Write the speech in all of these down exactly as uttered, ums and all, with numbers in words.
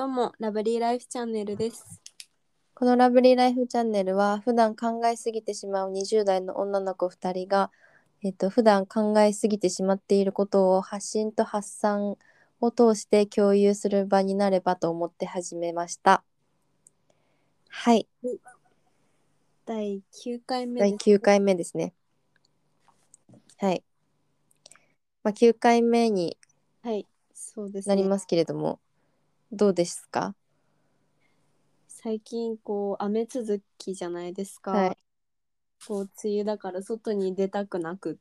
どうもラブリーライフチャンネルです。 このラブリーライフチャンネルは普段考えすぎてしまうにじゅう代の女の子ふたりが、えっと、普段考えすぎてしまっていることを発信と発散を通して共有する場になればと思って始めました。はい、 だいきゅうかいめだいです。 きゅうかいめですね。はい、まあ、きゅうかいめにはい、そうですね。 なりますけれども、どうですか？ 最近こう雨続きじゃないですか。 はい。 こう梅雨だから外に出たくなくって、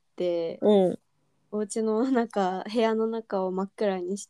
うん、 お家の中、部屋の中を真っ暗にして、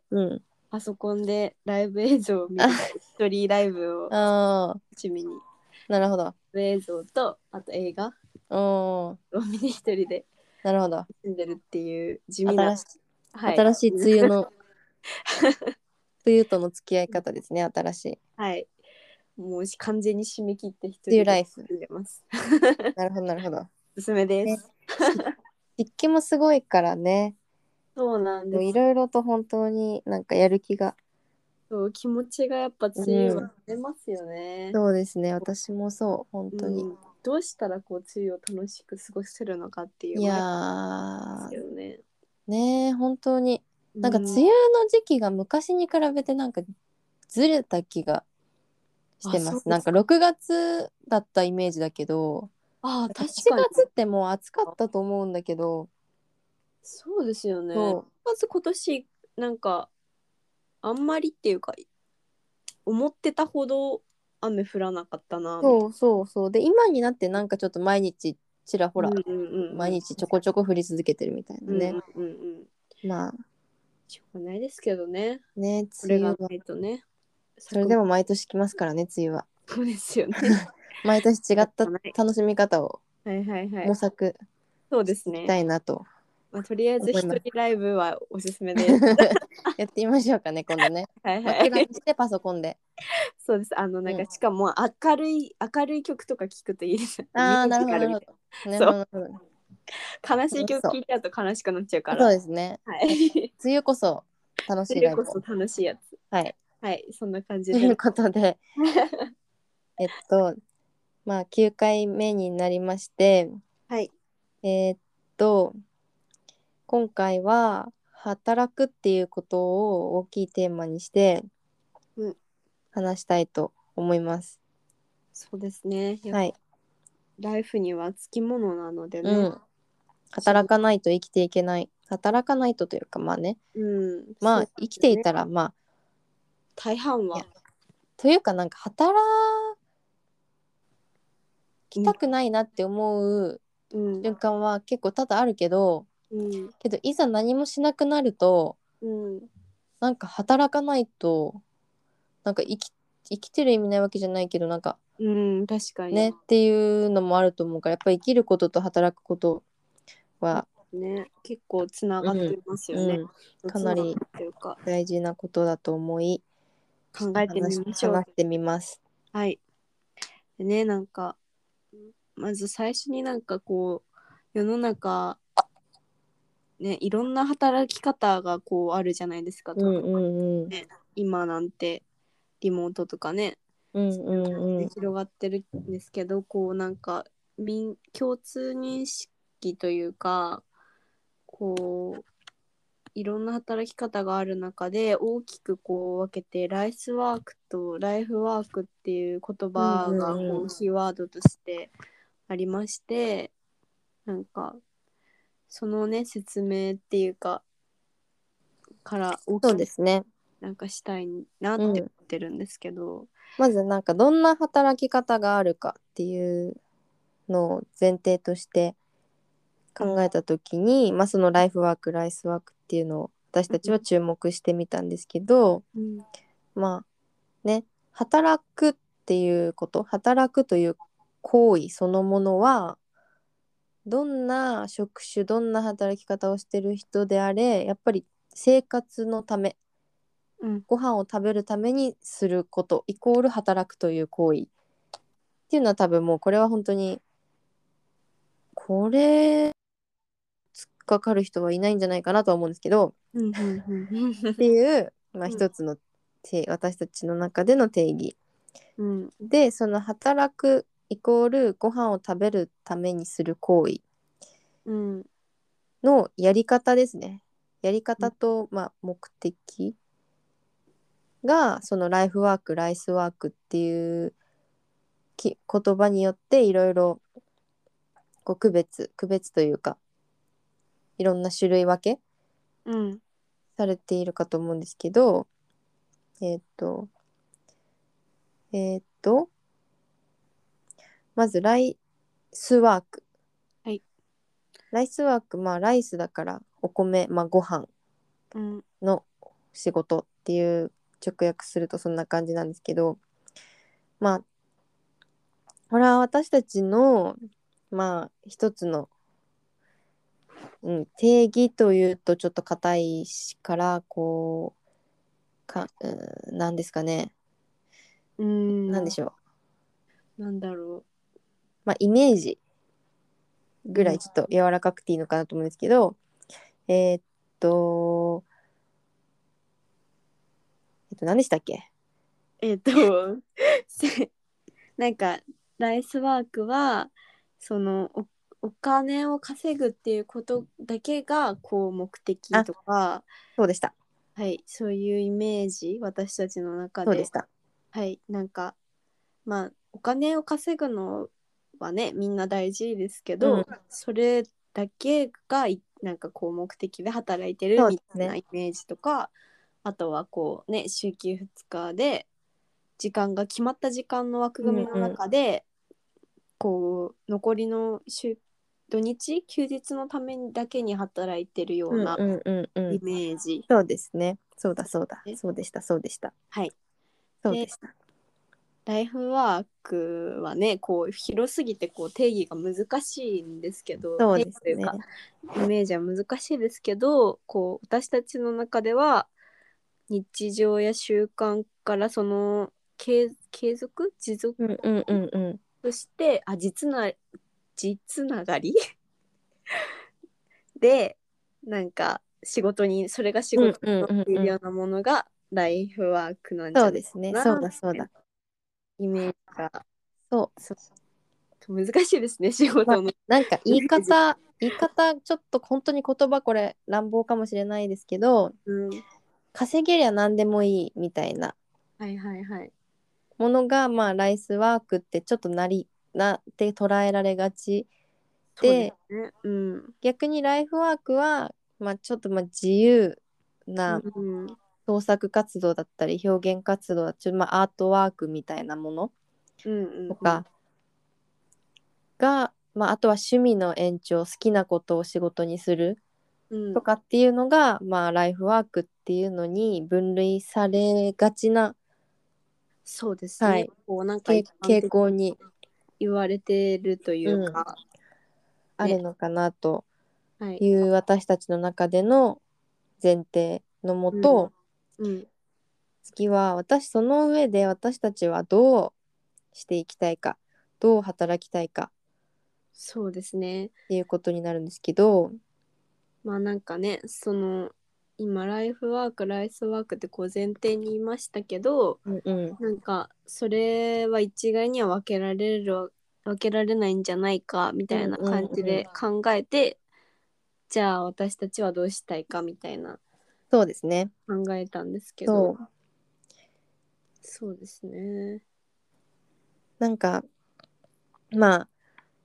うん。 パソコンでライブ映像を見る、 あ、 一人ライブをあ趣味に、 ー、なるほど。 ライブ映像とあと映画おー、 を見て一人でなるほど。 住んでるっていう地味な、 新しい、 はい、 新しい梅雨の、梅雨との付き合い方ですね、新しい。 はい、もう完全に締め切って一梅雨人でライフ。 住んでます。 なるほど、なるほど。 おすすめでね、 す。 し湿気もすごいからね。 そうなんです。 いろいろと本当になんかやる気が。 そう、気持ちがやっぱう梅雨はん。 出ますよね。 そうですね。私もそう、本当に。 うん。どうしたらこう梅雨を楽しく過ごせるのかっていういや迷いですー、 よね。 ねー、本当に。なんかうん。 梅雨の時期が昔に比べてなんかずれた気がしあ、 てます。なんかそうですか。 ろくがつだったイメージだけど、 あ、 なんか7 確かに。 月ってもう暑かったと思うんだけど、 そうですよね。 そまず今年、なんか、あんまりっていうか、思ってたほど雨降らなかったな、 う、 みたいそうそうそう。で、今になってなんかちょっと毎日ちらほな。 ら、 うんうんうんうん。 毎日ちょこちょこ降り続けてるみたいなね。 うんうんうんうん。 まあしょうがないですけどね。 ね、 これが梅雨は。 ないとね。 それ作物、 でも毎年来ますからね、梅雨は。 そうですよね。 毎年違った仕方ない。 楽しみ方をはいはいはい。 模索そうでしていきすね。 たいなとまあ、とりあえず思います。 一人ライブはおすすめです。 やってみましょうかね、今度ね。 はい真っはい。 暗にしてパソコンで。 そうです。あの、なんか、 うん。 しかも明るい、明るい曲とか聞くといいです。ミュああ、 ージなるほど、 カルみたいなるほど。なな。そう。 るほど、なるほど。 悲しい楽しそう。 曲聞いちゃうと悲しくなっちゃうかそうら。 ですね。 はなんかい。 梅雨こそ楽そしいライブを。 れこそ楽しいやつ。 はい。 はい。そんな感じで。 ということで、えっと、まあ、きゅうかいめになりまして、 はい。 えーっと、今回は働くっていうことを大きいテーマにしてうん。 話したいと思います。 そうですね。やっぱ、 はい。 ライフにはつきものなのでね。 うん。 仕事、 働かないと生きていけない。働かないとというか、まあね。 うん。そうまあ生きですね。 ていたら、まあ、 大半いや、 は。 というかなんか働きうん。 たくないなって思ううん。 瞬間は結構多々あるけど、 うん。 けどいざ何もしなくなると、 うん。 なんか働かないと、なんか生き、生きてる意味ないわけじゃないけど、なんかうん。確かに。 ねっていうのもあると思うから、やっぱり生きることと働くことは、 ね、結構つながってうん、 ますよね。 うん、かつながっなりてるか大事なことだと思い、ちょっと考えてみ話し、 ましょう。 話してみます。 はい。でね、なんか、まず最初になんかこう、世の中、ね、いろんな働き方がこうあるじゃないですか。 うん特うんうん。 にね、今なんてリモートとかね、 うんうんうん。 広がってるんですけど、こうなんか、民共通認識というか、こう、いろんな働き方がある中で大きくこう分けてライスワークとライフワークっていう言うん葉がうんうん。 こうキーワードとしてありまして、なんかそのね説明っていうかから大そうきくですね。 なんかしたいなっうん。 て思ってるんですけど、 まずなんかどんな働き方があるかっていうのを前提としてうん考えた時に、まあそのライフワーク、ライスワークっていうのを私たちは注目してみたんですけど、 うんまあね、働くっていうこと、働くという行為そのものは、どんな職種、どんな働き方をしてる人であれ、やっぱり生活のため、 うんご飯を食べるためにすることイコール働くという行為っていうのは多分もうこれは本当にこれ突っかかる人はいないんじゃないかなとは思うんですけど、 うんうんうんっていう、まあ、 うん一つのて私たちの中での定義うんで、その働くイコールご飯を食べるためにする行為うんのやり方ですね。やり方と、まあ、目的がそのライフワークライスワークっていうき言葉によっていろいろこう区別区別というかいろんな種類分けうんされているかと思うんですけど、えーっとえーっとまずライスワーク。 はい。 ライスワーク、まあライスだからお米、まあご飯うんの仕事っていう直訳するとそんな感じなんですけど、まあこれは私たちのまあ一つの、うん、定義というとちょっと硬いからこうか、うん、なんですかね、 うん。 なんでしょう、 なんだろまあイメージう。うん。 ぐらいちょっと柔らかくていいのかなと思うんですけど、えーっとえっと何でしたっけ。 えっと、せなんか、ライスワークは、そのお、お金を稼ぐっていうことだけが、こう、目的あ、 とか、 そうでした。 はい、そういうイメージ、私たちの中で、 そうでした。 はい、なんか、まあ、お金を稼ぐのはね、みんな大事ですけうん、 ど、それだけがい、なんかこう、目的で働いてるみたいなそうですね。 イメージとか、あとはこうね、週休ふつかで、時間が決まった時間の枠組みのうんうん。 中で、こう残りの週土日休日のためにだけに働いてるようなうんうんうんうん。 イメージそうですね。そうだそうだ。 ね。 そうでしたそうでした。 はい。で、 そうでした。 ライフワークはね、こう広すぎてこう定義が難しいんですけど、 そう定ですね。 義というかイメージは難しいですけど、こう私たちの中では日常や習慣からその継継続持続うんうんうんうん。 としてあ実な実ながりでなんか仕事にそれが仕うん事にうんうんうん。 なっているようなものがライフワークなんじゃないそうですね。そうかなだそうだ。 イメージがそう。 そう難しいですね仕まあ、 事のなんか言いイメージ。 方、言い方、ちょっと本当に言葉これ乱暴かもしれないですけど、 うん、 稼げりゃ何でもいいみたいなはいはいはい。 ものが、まあ、ライスワークってちょっとなり、なって捉えられがちそうでで、 すね。うん。 逆にライフワークは、まあ、ちょっとまあ自由なうん。 創作活動だったり表現活動だったり、まあ、アートワークみたいなものうんうんうん。 とかが、まあ、あとは趣味の延長好きなことを仕事にするうん。 とかっていうのが、まあ、ライフワークっていうのに分類されがちな、 そうですね。 はい、 こうなんか傾一般傾的に向に、 言われてるというん、 うか、ね。 あるのかなとはい。 いう私たちの中での前提のもうん。 と、 うん。 次は私その上で私たちはどうしていきたいか、どう働きたいかそうですね。 っていうことになるんですけど、 まあなんかね、その今ライフワーク、ライスワークってこう前提に言いましたけど、 うんうん、 なんかそれは一概には分けられる分けられないんじゃないかみうんたいなうんうん、 感じで考えて、じゃあ私たちはどうしたいかみたいなそうですね。 考えたんですけど、 そう。 そうですね。 なんか、まあ、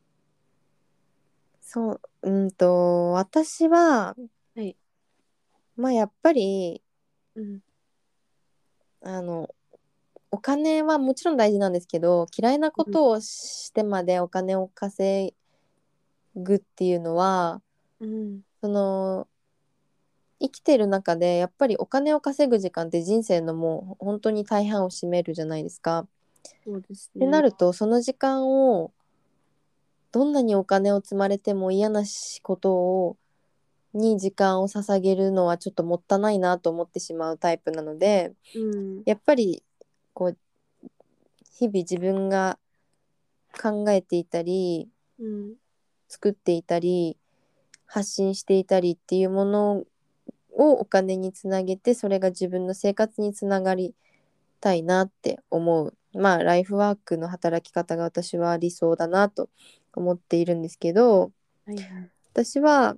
そう、うんと、私は、 はい。 まあやっぱり、 うん。 あの、お金はもちろん大事なんですけど、嫌いなこうん。 とをしてまでお金を稼ぐっていうのは、 うん。 その、生きてる中でやっぱりお金を稼ぐ時間って人生のもう本当に大半を占めるじゃないですか。っそうですてなね。 るとその時間をどんなにお金を積まれても嫌なしことをに時間を捧げるのはちょっともったいないなと思ってしまうタイプなので、 うん。 やっぱりこう日々自分が考えていたりうん。 作っていたり発信していたりっていうものをお金につなげて、それが自分の生活につながりたいなって思う。まあライフワークの働き方が私は理想だなと思っているんですけど、 はいはい。 私は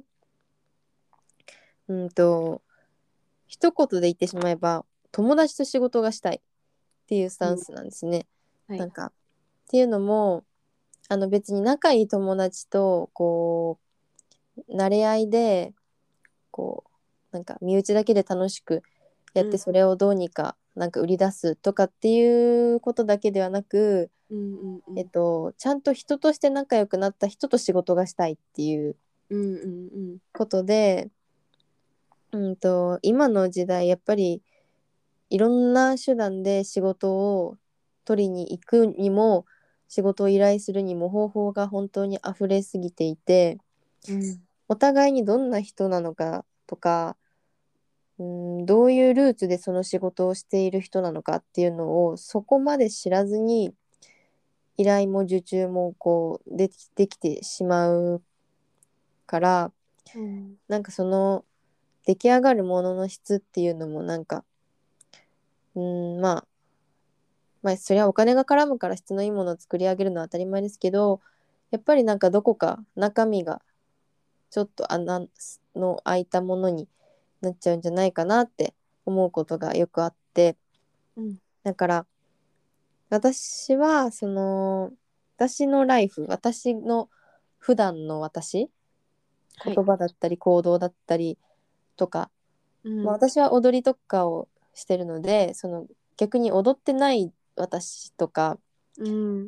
うんと一言で言ってしまえば友達と仕事がしたいっていうスタうん。 ンスなんですね。 はい。 なんかっていうのもあの別に仲いい友達とこう慣れ合いでこうなんか身内だけで楽しくやってうん。 それをどうにかなんか売り出すとかっていうことだけではなく、 うんうんうえっん。 と、ちゃんと人として仲良くなった人と仕事がしたいっていううんうんうん。 ことで、うんと、今の時代やっぱりいろんな手段で仕事を取りに行くにも仕事を依頼するにも方法が本当に溢れすぎていて、 うん。 お互いにどんな人なのかとか、うん、どういうルーツでその仕事をしている人なのかっていうのをそこまで知らずに依頼も受注もこうでき、できてしまうから、 うん。 なんかその出来上がるものの質っていうのもなんか、うん、まあ、まあそりゃお金が絡むから質のいいものを作り上げるのは当たり前ですけど、やっぱりなんかどこか中身がちょっと穴の開いたものになっちゃうんじゃないかなって思うことがよくあって、 うん。 だから私はその私のライフ、私の普段の私、 はい。 言葉だったり行動だったりとか、まあ、 うん。 私は踊りとかをしてるので、その逆に踊ってない私とか、 うん。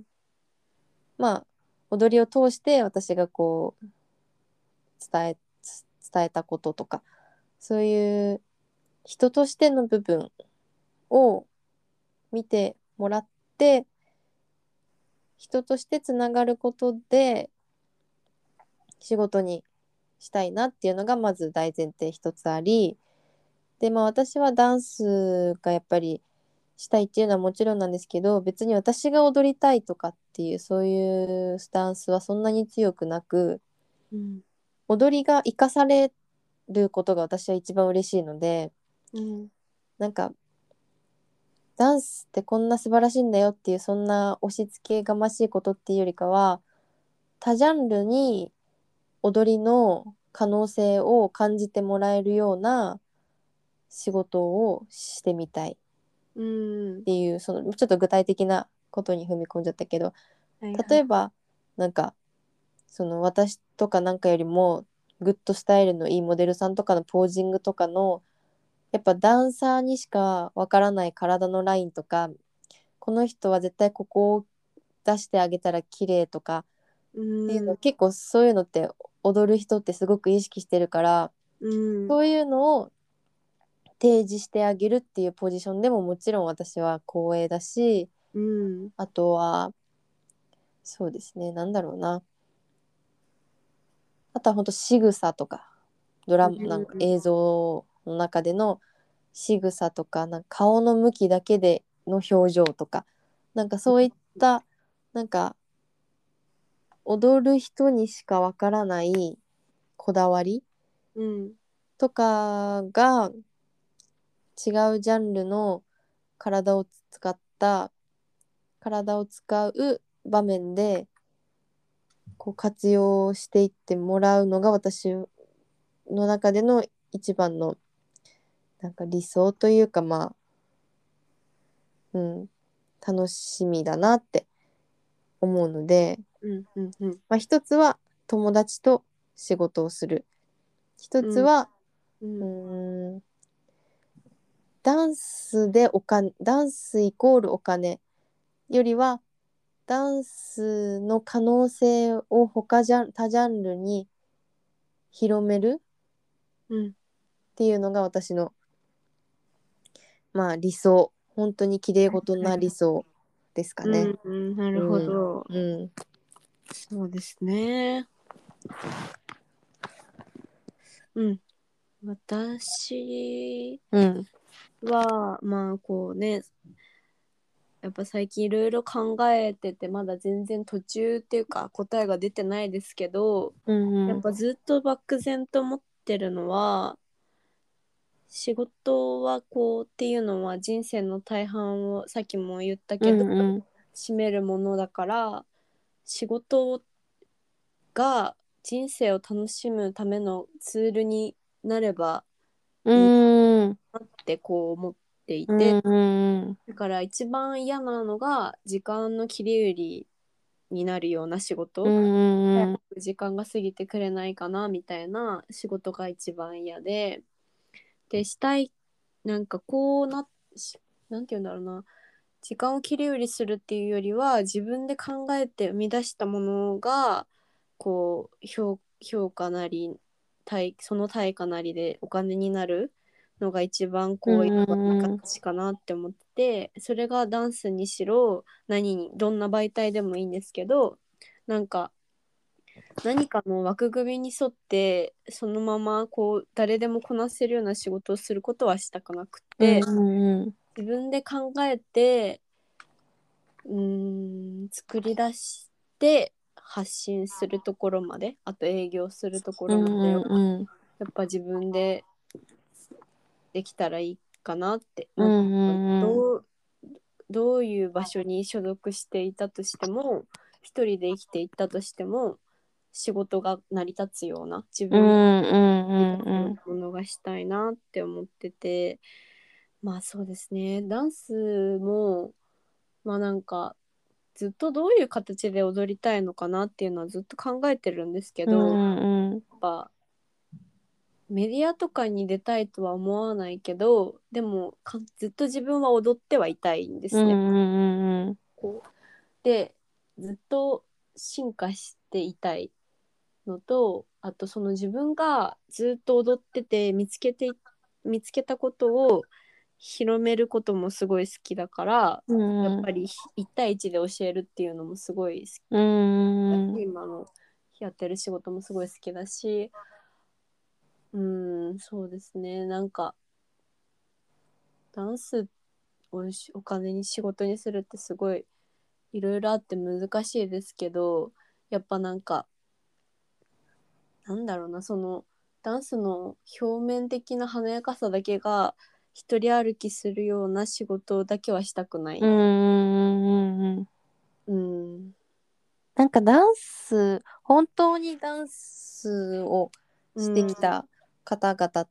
まあ踊りを通して私がこう伝え伝えたこととか、そういう人としての部分を見てもらって、人としてつながることで仕事にしたいなっていうのがまず大前提一つあり、でまあ私はダンスがやっぱりしたいっていうのはもちろんなんですけど、別に私が踊りたいとかっていうそういうスタンスはそんなに強くなく、 うん。 踊りが生かされることが私は一番嬉しいので、 うん。 なんかダンスってこんな素晴らしいんだよっていうそんな押し付けがましいことっていうよりかは、多ジャンルに踊りの可能性を感じてもらえるような仕事をしてみたいっうん。 ていう、そのちょっと具体的なことに踏み込んじゃったけど、 はいはい。 例えばなんかその私とかなんかよりもグッドスタイルのいいモデルさんとかのポージングとかのやっぱダンサーにしかわからない体のラインとか、この人は絶対ここを出してあげたら綺麗とかうっていうの、 ん。 結構そういうのって踊る人ってすごく意識してるから、 うん。 そういうのを提示してあげるっていうポジションでももちろん私は光栄だし、 うん。 あとはそうですね、なんだろうな、あとは本当仕草とかドラマなんか映像の中での仕草とか、なんか顔の向きだけでの表情とか、なんかそういったなんか踊る人にしかわからないこだわりうん。 とかが違うジャンルの体を使った体を使う場面でこう活用していってもらうのが私の中での一番のなんか理想というか、まあ、うん、楽しみだなって思うので、 うんうんうんまあ、一つは友達と仕事をする、一うんつはううんーんダンスでお金ダンスイコールお金よりはダンスの可能性を他ジャン他ジャンルに広めるうんっていうのが私のまあ理想、本当に綺麗事な理はい。 想ですかね。 うんうん、なるほうんど。 うんそうですね。うん。私うんは、まあこうね、やっぱ最近いろいろ考えてて、まだ全然途中っていうか答えが出てないですけど、 うんうんやっぱずっと漠然と思ってるのは、 仕事はこうっていうのは人生の大半をさっきも言ったうけど、 んうん占めるものだから仕事が人生を楽しむためのツールになればういいんなってこう思っていて、 うんうんだから一番嫌なのが時間の切り売りになるような仕う事、早んく時間が過ぎてくれないかなみたいな仕事が一番嫌で、でしたい、なんかこうなしなんて言うんだろうな、時間を切り売りするっていうよりは自分で考えて生み出したものがこう評、評価なり対その対価なりでお金になるのが一番こううん一番いいうん形かなって思って、それがダンスにしろ何にどんな媒体でもいいんですけど、なんか何かの枠組みに沿ってそのままこう誰でもこなせるような仕事をすることはしたくなくて、 うん自分で考えてうーん作り出して発信するところまで、あと営業するとこうんろまではうんやっぱ自分でできたらいいかなって、 うなんかんうんどうどういう場所に所属していたとしても、一人で生きていったとしても仕事が成り立つような自う分がんう成り立つようんなものがしたいなって思ってて、まあそうですね、ダンスもまあなんかずっとどういう形で踊りたいのかなっていうのはずっと考えてるんですけうど、やっんぱメディアとかに出たいとは思わないけど、でもかずっと自分は踊ってはいたいんでうすね。 んうんこうでずっと進化していたいのと、あとその自分がずっと踊ってて見つけて見つけたことを広めることもすごい好きだから、やっうんぱりいち対いちで教えるっていうのもすごい好きうだし、 ん今のやってる仕事もすごい好きだし、うーん、そうですね、なんかダンスをお金に仕事にするってすごいいろいろあって難しいですけど、やっぱなんかなんだろうな、そのダンスの表面的な華やかさだけが一人歩きするような仕事だけはしたくなうい。 ん。 うん。 なんかダンス、本当にダンスをうしてきん。 た方々って、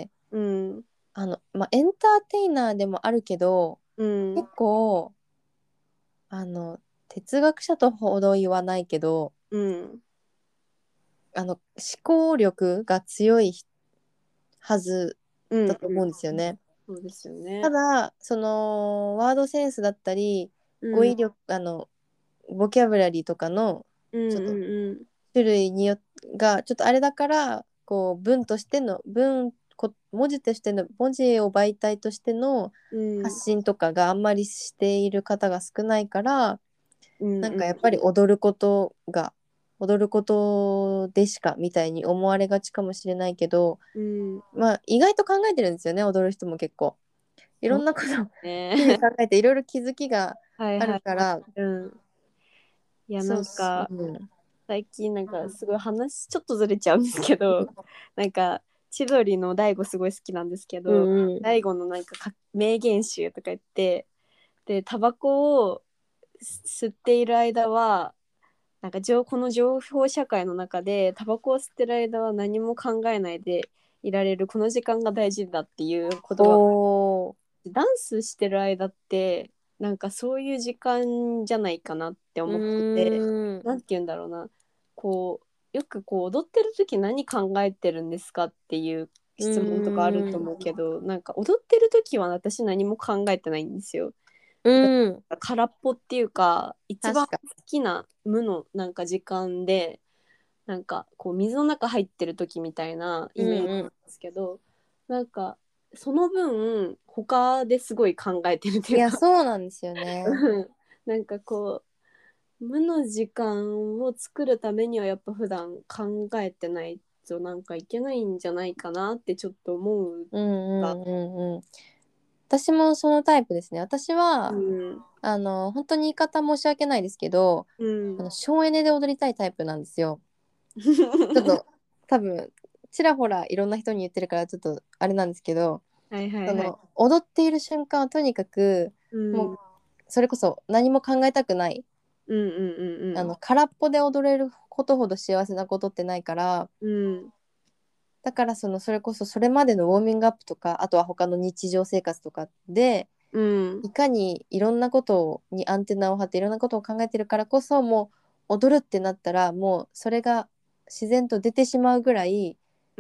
うん。 あの、まあ、エンターテイナーでもあるけど、 うん。 結構、あの、哲学者とほど言わないけど、 うん。 あの、思考力が強いはずうん。うん。 だと思うんですよね。 そうですよね。 ただ、その、ワードセンスだったり、 うん。 語彙力、あの、ボキャブラリーとかの、 うん。 ちょっとうん。 種類によがちょっとあれだから、こう文としての文こ文字としての文字を媒体としてのうん。 発信とかがあんまりしている方が少ないから、 うん。うん。 なんかやっぱり踊ることが踊ることでしかみたいに思われがちかもしれないけど、 うん。 まあ意外と考えてるんですよね、踊る人も結構。いろそうんなことを日々 ね。 考えていろいろ気づきがあはいはい。 るから、 うん。いや、なそうっす、 んか、 うん、 最近なんかすごい話ちょっとずれちゃうんですけど、なんか千鳥の大悟すごい好きなんですけうど、 んうん大悟のなんかか名言集とか言って、でタバコを吸っている間はなんか情この情報社会の中でタバコを吸ってる間は何も考えないでいられるこの時間が大事だっていう言葉が、 おーダンスしてる間ってなんかそういう時間じゃないかなってう思ってて、 ーんなんて言うんだろうな、こうよくこう踊ってる時何考えてるんですかっていうう質問とかあるとーん。 思うけど、なんか踊ってる時は私何も考えてないんですよ。 うだかん。 ら空っぽっていうか一番好確かきな無のなんか時間で、なんかこう水の中入ってる時みたいなに。 イメージなんでうんうすけど、なんかその分他ですごい考えてるってん。いや、 いうか、 そうなんですよね。 うんなんかこう無の時間を作るためにはやっぱ普段考えてないとなんかいけないんじゃないかなってちょっと思ううんが、 うんうんうん。私もそのタイプですね。私うは、 んあの、本当に言い方申し訳ないですけど、 うんあの省エネで踊りたいタイプなんですよ。ちょっと、多分、ちらほらいろんな人に言ってるから、ちょっとあれなんですけど、 はいはいはい。 その踊っている瞬間はとにかくうんもうそれこそ何も考えたくない、 うんうんうんあの空っぽで踊れることほど幸せなことってないから、 うん。 だからそのそれこそそれまでのウォーミングアップとか、あとは他の日常生活とかでうん。 いかにいろんなことにアンテナを張っていろんなことを考えてるからこそ、もう踊るってなったらもうそれが自然と出てしまうぐらいうん。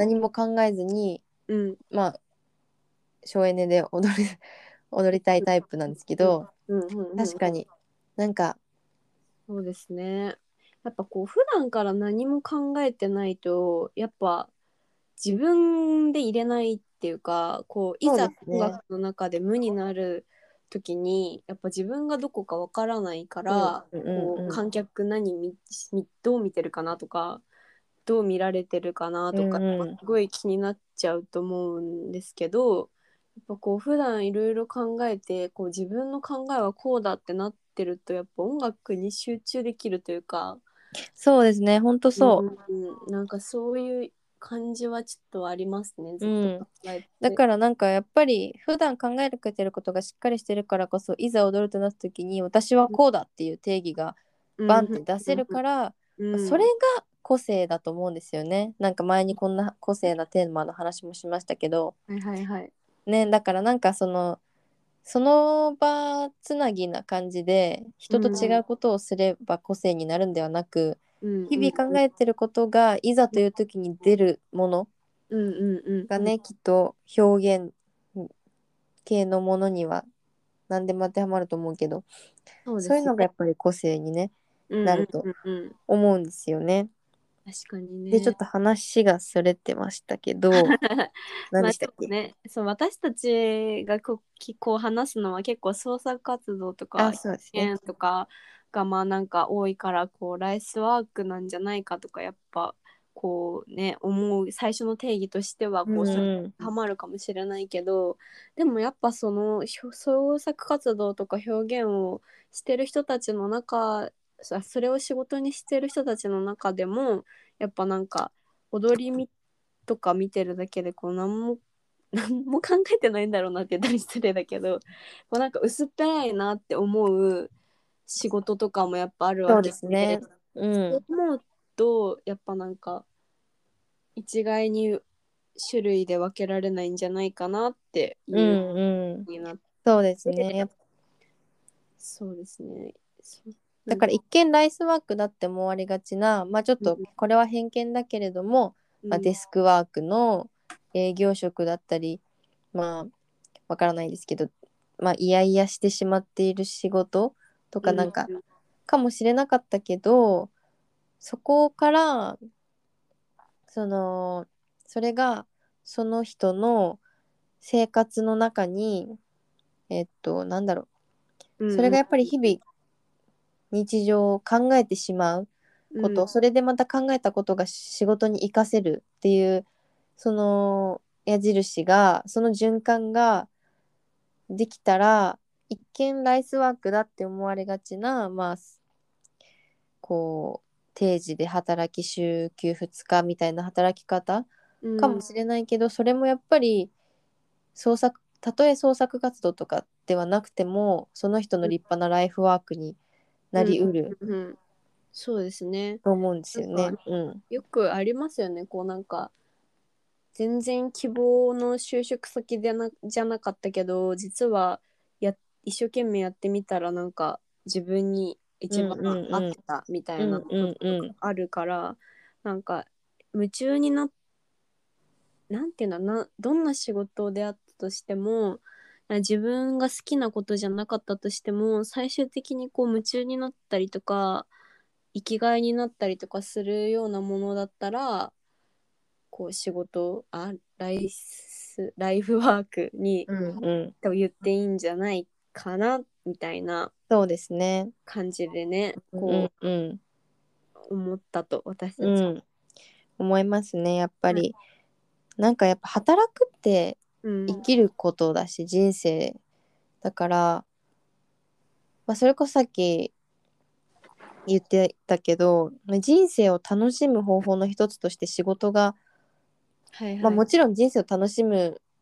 何も考えずに、 うん。 まあ省エネで踊る踊りたいタイプなんですけうん。 ど、 うん。うん。 確かになんか、 そうですね。やっぱこう普段から何も考えてないとやっぱ自分で入れないっていうか、こういそうざですね。 音楽の中で無になる時にやっぱ自分がどこかわからないかうんら、 うんうんこう観客何見見どう見てるかなとか、どう見られてるかなうとか、 んうん。 すごい気になっちゃうと思うんですけど、やっぱこう普段いろいろ考えてこう自分の考えはこうだってなってるとやっぱ音楽に集中できるというか、 そうですね、ほんとうんそうん、なんかそういう感じはちょっとありますね、 う。 ずっと考うん。 えて。 だからなんかやっぱり普段考えてることがしっかりしてるからこそ、いざ踊るとなった時に私はこうだっていう定義がバンっうんて出せるから、それうんうんが個性だと思うんですよね。なんか前にこんな個性なテーマの話もしましたけど、 はいはいはい。 ね、だからなんかそのその場つなぎな感じで人と違うことをすれば個性になるんではなく、 うんうん日々考えてることがいざという時に出るものうんうんうんがね、きっと表現系のものには何でも当てはまると思うけど、そういうそうですね。 のがやっぱり個性にね、 うんうんなるとうんうん。 思うんですよね。 確かにで、ちょっね。 と話がそれてましたけど、何まあでしたっけ？ でもね、そう私たちがこうきこう話すのは結構創作活動とかあ、そうですね。 表現とかがまあなんか多いからこうライスワークなんじゃないかとかやっぱこうね思う最初の定義としてはうんこうそれうん。 はまるかもしれないけど、でもやっぱそのひょ創作活動とか表現をしてる人たちの中、そそれを仕事にしてる人たちの中でもやっぱなんか踊りみとか見てるだけでこう何も何も考えてないんだろうなって言ったり失礼だけど、こうなんか薄っぺらいなって思う仕事とかもやっぱあるわそうでけで、 すね。うん。 そう思うとやっぱなんか一概に種類で分けられないんじゃないかなってういうんうん。 になっそうですて、 ね。やっそうですね。そうなんか、 だから一見ライスワークだって思われがちな、まあちょっとこれは偏見だけれども、まあ、 うん、 デスクワークの営業職だったり、まあわからないですけど、まあいやいやしてしまっている仕事とうん、 かなんかかもしれなかったけど、そこからそのそれがその人の生活の中に、えっとなんだろう、 うん、うん、 それがやっぱり日々日常を考えてしまううん、 こと、それでまた考えたことが仕事に活かせるっていうその矢印が、その循環ができたら、一見ライスワークだって思われがちな、まあこう定時で働き週休ふつかみたいな働き方うん、 かもしれないけど、それもやっぱり創作たとえ創作活動とかではなくてもその人の立派なライフワークになうん、 りうるうん、そうですね。 と思うんですなんかよね。うん。 よくありますよね。こうなんか全然希望の就職先でなじゃなかったけど実はや一生懸命やってみたらなんか自分に一番うんうんうん。 合ってたみたいなうんうこととかんうん。 あるから、なんか夢中にななんていうのなどんな仕事であったとしても自分が好きなことじゃなかったとしても最終的にこう夢中になったりとか生きがいになったりとかするようなものだったらこう仕事あライスライフワークにうんうん。 と言っていいんじゃないかなみたいなそうですね。 感じでねうんこうんう思ったと私たち。 うん。思いますね。やっぱり。なんかやっぱ働くってうん生きることだし、人生だから、まあ、それこそさっき言ってたけど、人生を楽しむ方法の一つとして仕事が、まあ、 はいはい。 もちろん人生を楽しむ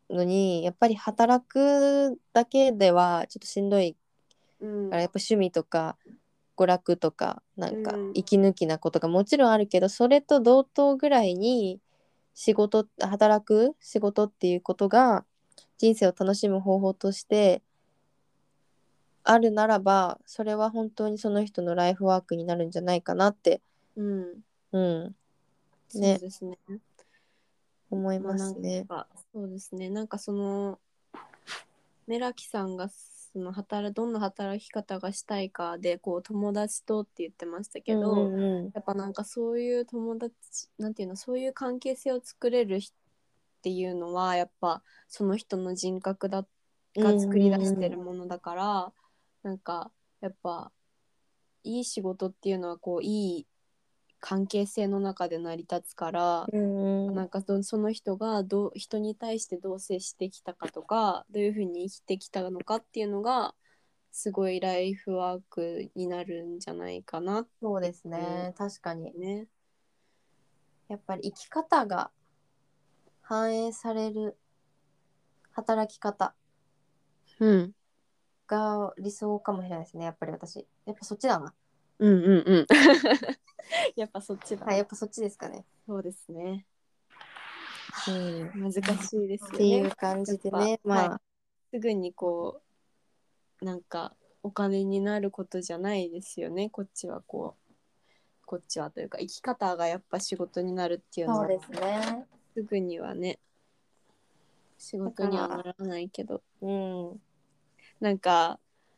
のにやっぱり働くだけではちょっとしんどいうんから、やっぱ趣味とか娯楽とかなんかうん息抜きなことがもちろんあるけど、それと同等ぐらいに仕事働く仕事っていうことが人生を楽しむ方法としてあるならば、それは本当にその人のライフワークになるんじゃないかなって、 うんうんね、 そうですね。 思いままあなんすね。 かそうですね。なんかそのメラキさんがその働どんな働き方がしたいかでこう友達とって言ってましたけど、 うんうんうんやっぱなんかそういう友達なんていうのそういう関係性を作れるっていうのはやっぱその人の人格だがうん作り出しうんうんてるものだから、なんかやっぱいい仕事っていうのはこういい関係性の中で成り立つから、 うんうんなんかそその人がどう人に対してどう接してきたかとかどういうふうに生きてきたのかっていうのがすごいライフワークになるんじゃないかなっそうですていうね、確かにね。 やっぱり生き方が反映される働き方うん。 が理想かもしれないですね。やっぱり私やっぱそっちだな。 うんうんうん。やっぱそっちだはい、やな。 っぱそっちですかね。 そうですね。 うん、っ難しいですよね。 ていう感やっぱ、 じでね、 はい。 まあすぐにこう、なんかお金になることじゃないですよね。こっちはこう、こっちはというか、生き方がやっぱ仕事になるっていうのは、 そうですね。 すぐにはね、仕だ事にはなかららないけど、 うん、 なんか、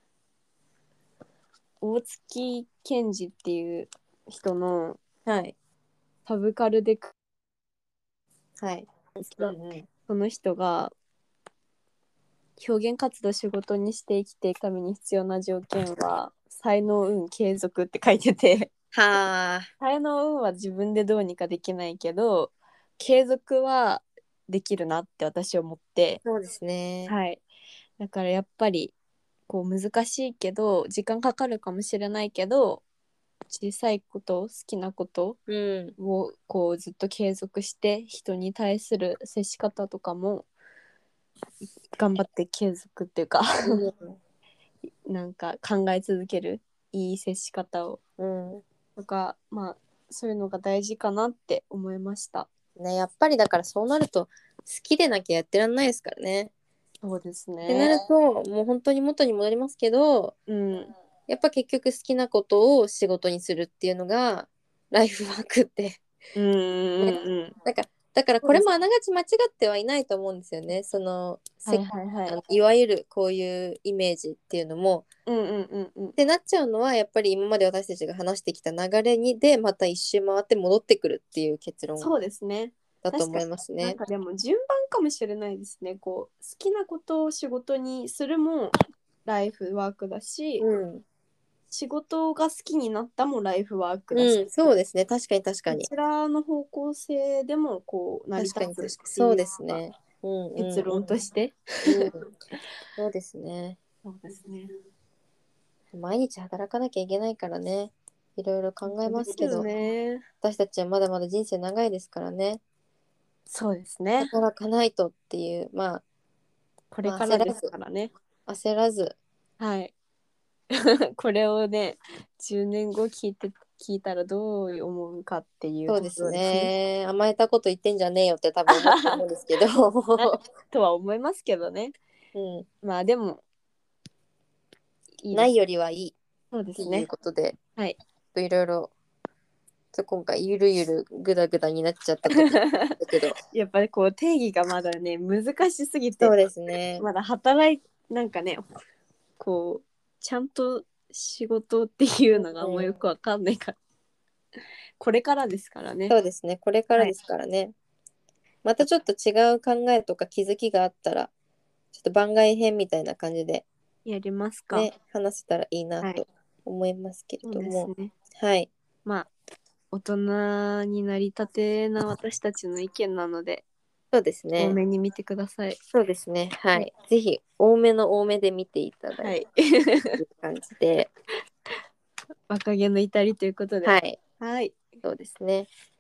大月健二っていう人のはいサブカルではいうんうんその人が表現活動を仕事にして生きていくために必要な条件は才能運継続って書いてて、 はあ才能運は自分でどうにかできないけど継続はできるなって私は思って、 そうですね。 はい、だからやっぱりこう難しいけど時間かかるかもしれないけど小さいこと好きなことうんをこうずっと継続して人に対する接し方とかも頑張って継続っていうかうんなんか考え続けるいい接し方をうんとかまあそういうのが大事かなって思いました。 ね、やっぱりだからそうなると好きでなきゃやってらんないですからね。 そうですってなね。 るともう本当に元に戻りますけど、 うんやっぱ結局好きなことを仕事にするっていうのがライフワークってうんうんうん。 なんかだからそうです。 これもあながち間違ってはいないと思うんですよね。そのはいせはいはい。 あのいわゆるこういうイメージっていうのもうんうんうんうん。 ってなっちゃうのはやっぱり今まで私たちが話してきた流れにでまた一周回って戻ってくるっていう結論そうですね。 だと思い確かにますね。 なんかでも順番かもしれないですね。こう好きなことを仕事にするもライフワークだし、 うん、 仕事が好きになったもライフワークだし、 うん、そうですね。確かに確かに。 こちらの方向性でもこう成り確かに確かに。 立つってそうでいうのがすね。うんうん結論として。 うん。うん、そうですね。 そうですね。 毎日働かなきゃいけないからね。いろいろ考えそうですよますけど、 ね。 私たちはまだまだ人生長いですからね。 そうですね。 働かないとっていう、まあ、 これまあからです焦らず、 からね。 焦らず、 はい。これをね、じゅうねんご聞いて聞いたらどう思うかっていうとこそうですろですね。 ね。甘えたこと言ってんじゃねえよって多分思うと思うんですけど。 とは思いますけどね。 うん。 まあでもいいです。 ないよりはいいっていうそうですね。 ことで、 はい。 いろいろちょ今回ゆるゆるぐだぐだになっちゃったとこだけど、 やっぱりこう定義がまだね難しすぎてそうですね。 まだ働いなんかねこうちゃんと仕事っていうのがあんまよくわかんないからこれからですからね。 そうですね。これからはい。 ですからね。またちょっと違う考えとか気づきがあったら、ちょっと番外編みたいな感じでやりますか。 ね、話せたらいいなはい。 と思いますけれそうども。 ですね。 はい。 まあ大人になりたてな私たちの意見なのでそうです多ね。 めに見てください。 そうですね。ははい。 い。ぜひ、多めの多めで見ていただいてはい。 いる感じで。 若気の至りということで。 はい。 はい。 そうですね。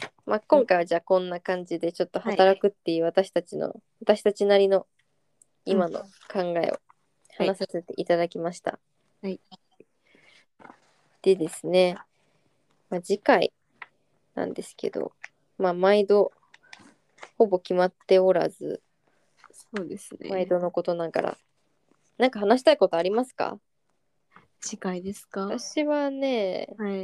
まあ、今回はじゃあこんな感じでちょっとはい。 働くっていう私たちの、私たちなりのうん。 今の考えをはい。 話させていただきました。 はい。 でですね、まあ、次回なんですけど、まあ、毎度ほぼ決まっておらず、 そうですね。 毎度のことながら、なんか話したいことありますか？ 次回ですか？ 私はね、 はい。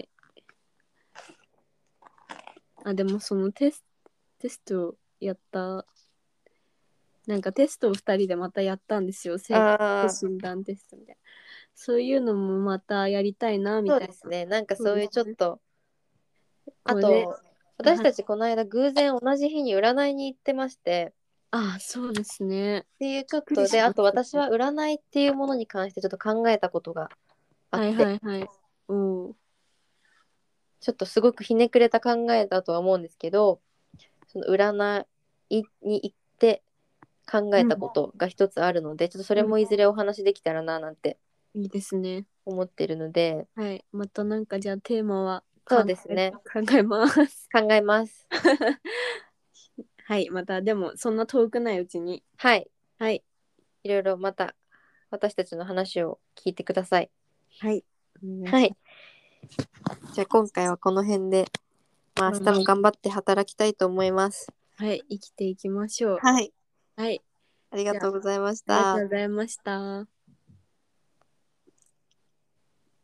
あ、でもそのテステストやった、なんかテストをふたりでまたやったんですよ。性格ああ、 診断テストみたいな。そういうのもまたやりたいな、みそうたいな。 ですね、なんかそういうそうですね。 ちょっと、あこれ、 と、私は、 たちこの間偶然同じ日に占いに行ってまして、 あ、そうですね。 っていうちょっびっくりとで、あとしましたね。 私は占いっていうものに関してちょっと考えたことがあっはいて、 はいはい。おー。 ちょっとすごくひねくれた考えだとは思うんですけど、その占いに行って考えうん。 たことが一つあるので、ちょっとそれうん。 もいずれお話できたらななんていいですね。 思ってるので、 はい。またなんかじゃあテーマはそう考え、 ですね。 考えます。 考えます。 はい。またでもそんな遠くないうちに。 はい。 はい。 いろいろまた私たちの話を聞いてください。 はい。お願いはい。 しまじゃあ今回はこの辺で、まあす。 明日も頑張って働きたいと思います。 はい。生きていきましょう。 はい。 はい。 ありがじゃあ、 とうございましありがとた。 うございました。